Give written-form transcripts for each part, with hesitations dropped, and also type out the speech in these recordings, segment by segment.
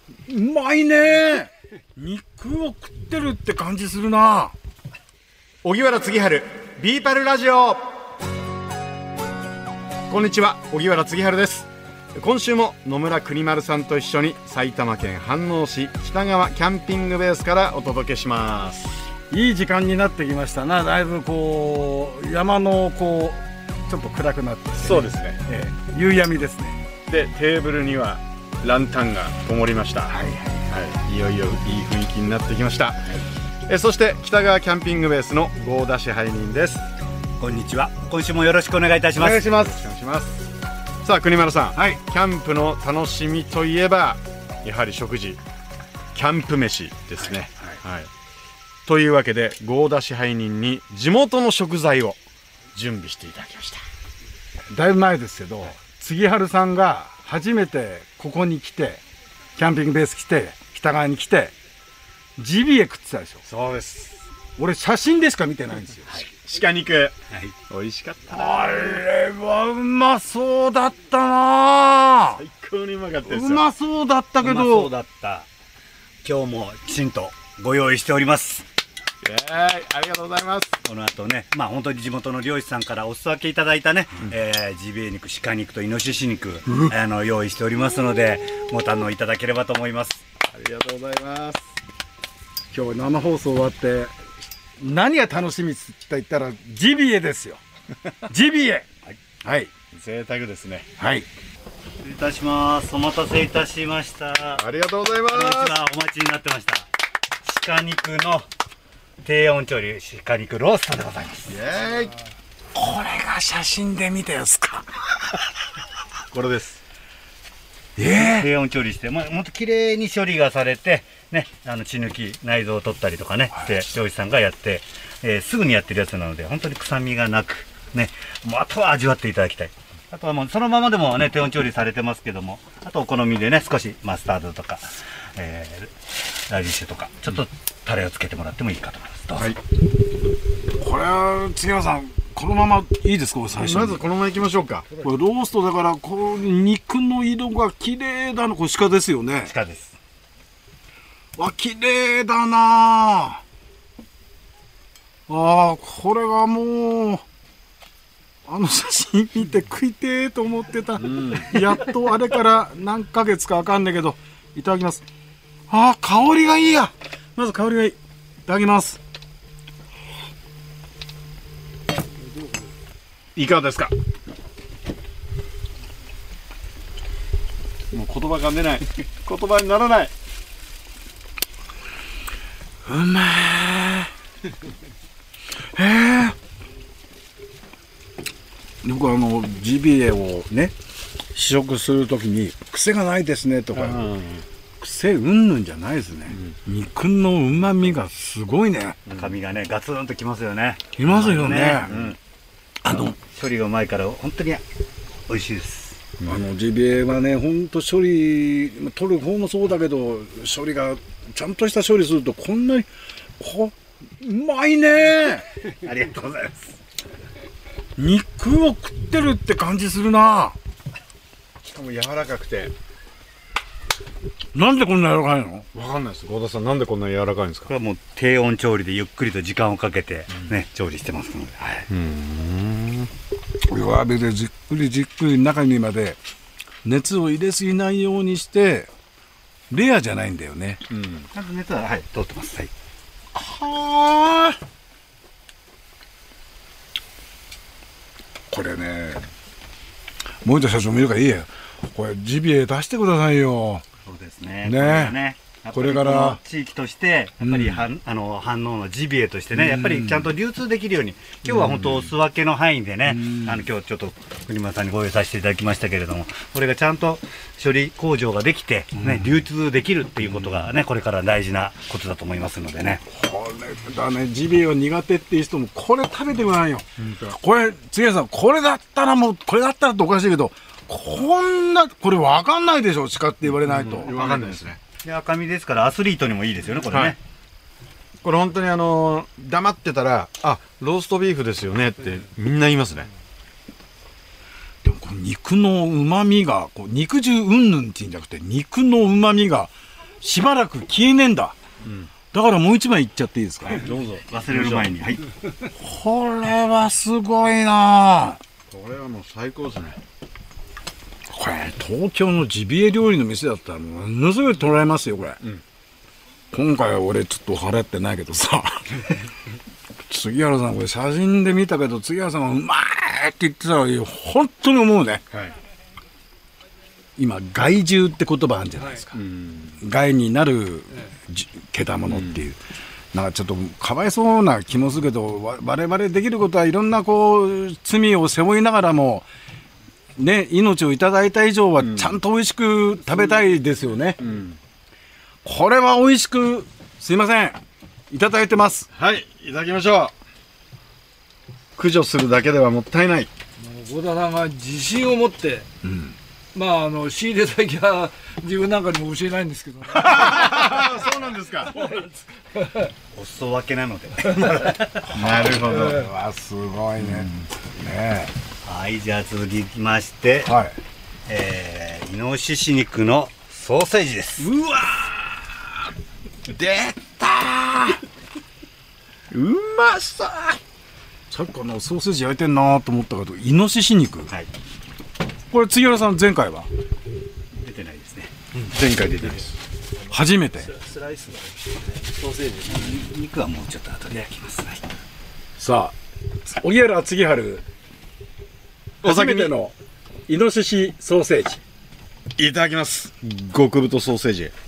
うまいね。肉を食ってるって感じするな。 荻原次春ビーパルラジオ。こんにちは、荻原次春です。今週も野村国丸さんと一緒に埼玉県飯能市北川キャンピングベースからお届けします。 いい時間になってきましたな。だいぶこう山のこうちょっと暗くなってきて、ね、 そうですね、 夕闇ですね。 でテーブルにはランタンが灯りました。いよいよいい雰囲気になってきました、そして北川キャンピングベースの合田支配人です。 こんにちは。今週もよろしくお願いいたします。 お願いします。お願いします。さあ国丸さん、キャンプの楽しみといえばやはり食事、キャンプ飯ですね。というわけで合田支配人に地元の食材を準備していただきました。 だいぶ前ですけど、杉春さんが初めてここに来てキャンピングベース来て北川に来てジビエ食ってたでしょ。 そうです。 俺写真でしか見てないんですよ、 鹿肉、美味しかったな。 あれはうまそうだったな。 最高にうまかったですよ。 うまそうだったけど、 うまそうだった。今日もきちんとご用意しております。 ありがとうございます。 この後ね、本当に地元の漁師さんからお裾分けいただいたね、ジビエ肉、鹿肉とイノシシ肉、用意しておりますのでご堪能いただければと思います。 ありがとうございます。 今日生放送終わって何が楽しみって言ったらジビエですよ。ジビエ。はい。 贅沢ですね。 はい。 失礼いたします。お待たせいたしました。 ありがとうございます。 こんにちは。お待ちになってました。鹿肉の低温調理鹿肉ローストでございます。 これが写真で見たやつか。 これです。 低温調理して、もっと綺麗に処理がされてね、血抜き内臓を取ったりとかね、して漁師さんがやって、すぐにやってるやつなので本当に臭みがなくね、もうあとは味わっていただきたい。あとはもうそのままでもね低温調理されてますけども、あとお好みでね少しマスタードとか、ラディッシュとかちょっとタレをつけてもらってもいいかと思います。どうぞ。 これは杉山さん、このままいいですか。最初にまずこのままいきましょうか。 これローストだからこう肉の色が綺麗だな。これ鹿ですよね。 鹿です。 わ、綺麗だなあ。これがもう写真見て食いてーと思ってた、やっとあれから何ヶ月かわかんないけど、いただきます。香りがいいや。まず香りがいい。いただきます。 いかがですか。もう言葉が出ない。言葉にならない。 うまい。僕ジビエをね試食するときに癖がないですねとか、癖うんぬんじゃないですね、肉のうまみがすごいね。 赤身がねガツンときますよね。 きますよね。 処理がうまいから本当に美味しいです。 ジビエはね、ほんと処理取る方もそうだけど、処理がちゃんとした処理するとこんなにうまいね。 ありがとうございます。 肉を食ってるって感じするな。 しかも柔らかくて。 なんでこんな柔らかいの？ わかんないです。合田さん、なんでこんな柔らかいんですか。 これはもう低温調理でゆっくりと時間をかけてね、調理してますので。 弱火でじっくりじっくり中にまで熱を入れすぎないようにしてレアじゃないんだよね。 ちゃんと熱は通ってます。 はあ。これね、森田社長もいるからいいや。これジビエ出してくださいよ。 そうですね。 ね。これから地域としてやっぱり飯能のジビエとしてね、やっぱりちゃんと流通できるように、今日は本当お裾分けの範囲でね、今日ちょっと国村さんにご用意させていただきましたけれども、これがちゃんと処理工場ができてね、流通できるっていうことがね、これから大事なことだと思いますのでね。 これだね、ジビエは苦手っていう人もこれ食べてごらんよ。これ杉谷さん、これだったらもうこれだったらっておかしいけど、こんなこれ分かんないでしょ、鹿って言われないと。 分かんないですね。 で赤身ですからアスリートにもいいですよね、これね。 これ本当に黙ってたらローストビーフですよねってみんな言いますね。 でもこの肉のうまみが肉汁うんぬんっていうんじゃなくて、肉のうまみがしばらく消えねえんだ、だからもう一枚いっちゃっていいですか？ どうぞ忘れる前に。はい。 これはすごいな。 これはもう最高ですね。 これ東京のジビエ料理の店だったらものすごい捉えますよこれ、今回は俺ちょっと払ってないけどさ杉原さんこれ写真で見たけど杉原さんがうまいって言ってたら本当に思うね、今害獣って言葉あるじゃないですか、害になる獣っていう、なんかちょっとかわいそうな気もするけど我々できることはいろんなこう罪を背負いながらもね、命をいただいた以上はちゃんと美味しく食べたいですよね、これは美味しくすいませんいただいてます。 はい、いただきましょう。駆除するだけではもったいない。 もう小田さんが自信を持って、まあ仕入れ先は自分なんかにも教えないんですけど、ね、 そうなんですか。 お裾分けなので。 なるほど。 わすごいね、ねはい、じゃあ続きまして、イノシシ肉のソーセージです。 うわー、出たー、うまそう。 さっきからソーセージ焼いてんなと思ったけどイノシシ肉、これ杉原さん前回は出てないですね。 前回出てないです。 初めてスライスのソーセージ肉はもうちょっと後で焼きます。 さあ荻原次春初めてのイノシシソーセージいただきます。極太ソーセージ。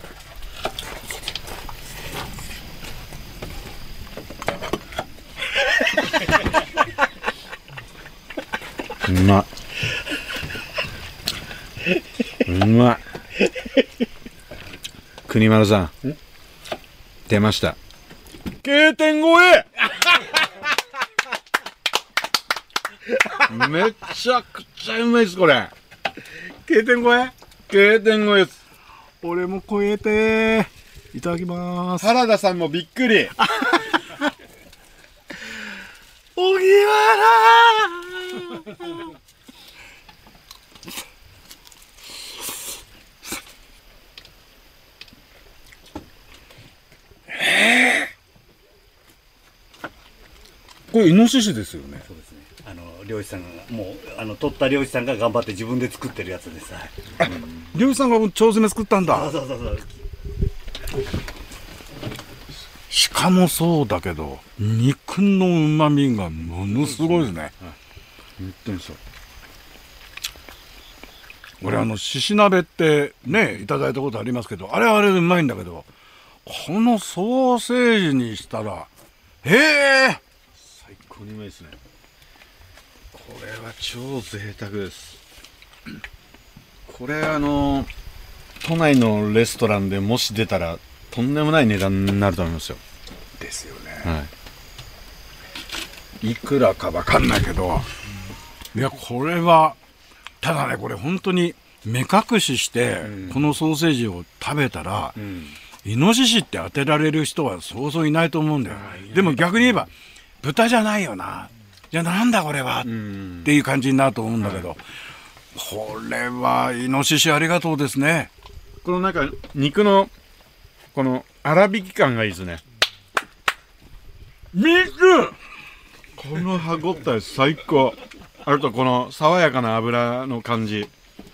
うまうまい。国丸さん出ました。K点超えめちゃくちゃうまいですこれ。 K点超え K点超えです。 俺も超えていただきます。 原田さんもびっくり。 荻原これイノシシですよね。 そうですね。漁師さんがもう取った漁師さんが頑張って自分で作ってるやつです。 漁師さんが腸詰め作ったんだ。 そう。 しかもそうだけど肉のうまみがものすごいですね。 本当にそう。 俺しし鍋ってねいただいたことありますけどあれはあれでうまいんだけどこのソーセージにしたら最高にうまいですね。これは超贅沢です。これ都内のレストランでもし出たらとんでもない値段になると思いますよ。 ですよね、いくらかわかんないけど、いやこれはただねこれ本当に目隠ししてこのソーセージを食べたら、イノシシって当てられる人はそうそういないと思うんだよ。でも逆に言えば豚じゃないよな、じゃあなんだこれはっていう感じになると思うんだけど、これはイノシシありがとうですね。 このなんか肉のこの粗挽き感がいいですね。この歯ごたえ最高。あとこの爽やかな油の感じ。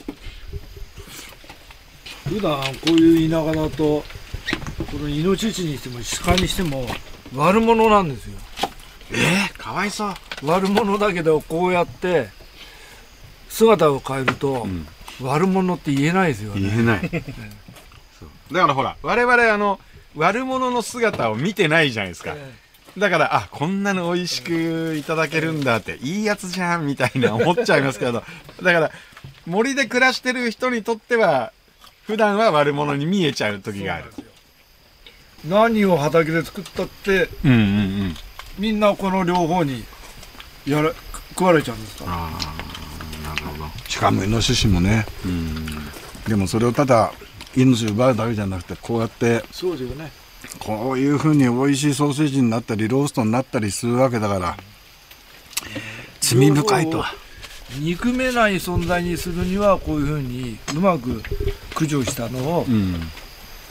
普段こういう田舎だとこのイノシシにしても鹿にしても悪者なんですよ。 かわいそう。 悪者だけどこうやって姿を変えると、悪者って言えないですよね。 言えない。そうだからほら我々悪者の姿を見てないじゃないですか。だからこんなの美味しくいただけるんだっていいやつじゃんみたいな思っちゃいますけど、だから森で暮らしてる人にとっては普段は悪者に見えちゃう時がある。 何を畑で作ったって、みんなこの両方に食われちゃうんですから。 なるほど。しかもイノシシもね、でもそれをただイノシシを奪うだけじゃなくてこうやってそうですよね。 こういうふうに美味しいソーセージになったりローストになったりするわけだから罪深いと。 憎めない存在にするにはこういうふうにうまく駆除したのを、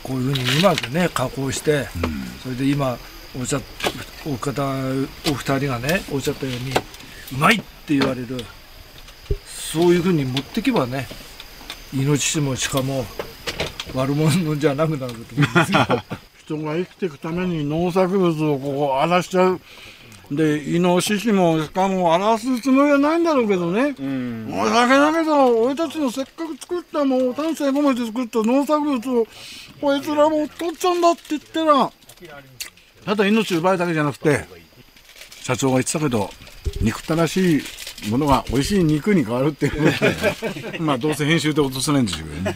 こういうふうにうまくね加工して、それで今お二人がねおっしゃったようにうまいって言われる、そういうふうに持ってけばね、イノシシも鹿も悪者じゃなくなると思うんですよ人が生きていくために農作物をここ荒らしちゃう。でイノシシも鹿も荒らすつもりはないんだろうけどね、申し訳ないけど俺たちのせっかく作ったもう丹精込めて作った農作物をこいつらも取っちゃうんだって言ったら、ただ命奪うだけじゃなくて、社長が言ってたけど憎たらしいものが美味しい肉に変わるっていうまあどうせ編集で落とせないんでしょうけどね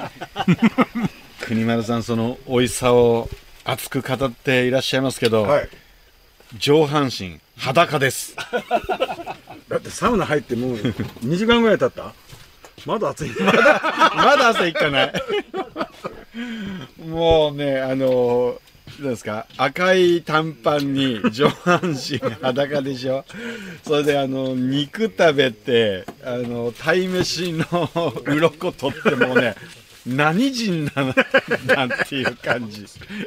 国丸さん、その美味しさを熱く語っていらっしゃいますけど、 はい、 上半身裸ですだってサウナ入ってもう2時間ぐらい経った。まだ暑いまだ汗いかないもうね、どうですか、赤い短パンに上半身裸でしょそれで肉食べて鯛めしの鱗取ってもね何人なのなんていう感じ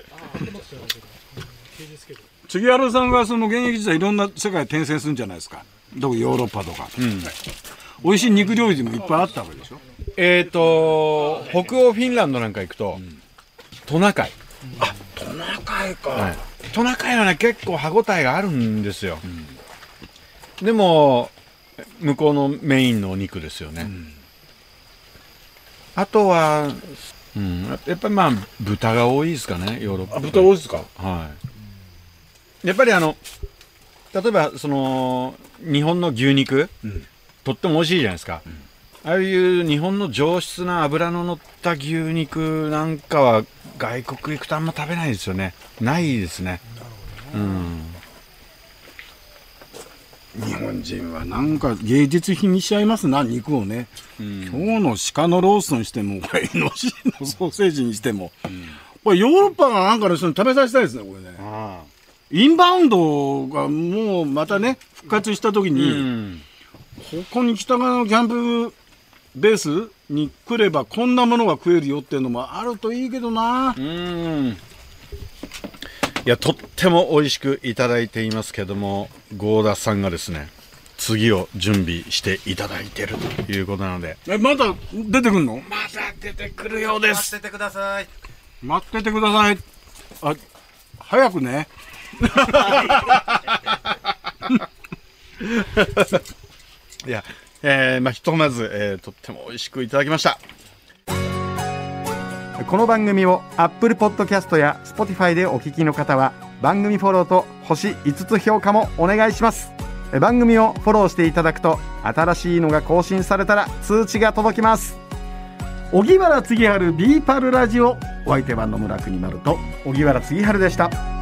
杉原さんがその現役時代いろんな世界転戦するんじゃないですか。特にヨーロッパとか、美味しい肉料理もいっぱいあったわけでしょ。 北欧フィンランドなんか行くと、トナカイ、 トナカイか、 はい、トナカイはね結構歯ごたえがあるんですよ、でも向こうのメインのお肉ですよね、あとは、やっぱりまあ豚が多いですかね、ヨーロッパ。 豚多いですか。 はい、やっぱり例えばその日本の牛肉、とっても美味しいじゃないですか、ああいう日本の上質な脂の乗った牛肉なんかは外国行くとあんま食べないですよね。ないですね。 日本人はなんか芸術品にしちゃいますな、肉をね、今日の鹿のローストにしてもこれイノシシのソーセージにしても、これヨーロッパがなんかの人に食べさせたいですね、これね。インバウンドがもうまたね復活した時に、ここに北側のキャンプベースに来ればこんなものが食えるよっていうのもあるといいけどな。 いや、とっても美味しくいただいていますけども、合田さんがですね次を準備していただいているということなので、 まだ出てくるの？ まだ出てくるようです。 待っててください。 待っててください。早くねいや、ひとまず、とっても美味しくいただきました。この番組を Apple Podcast や Spotify でお聞きの方は番組フォローと星5つ評価もお願いします。番組をフォローしていただくと新しいのが更新されたら通知が届きます。 荻原次春ビーパルラジオ、お相手は野村国丸と荻原次春でした。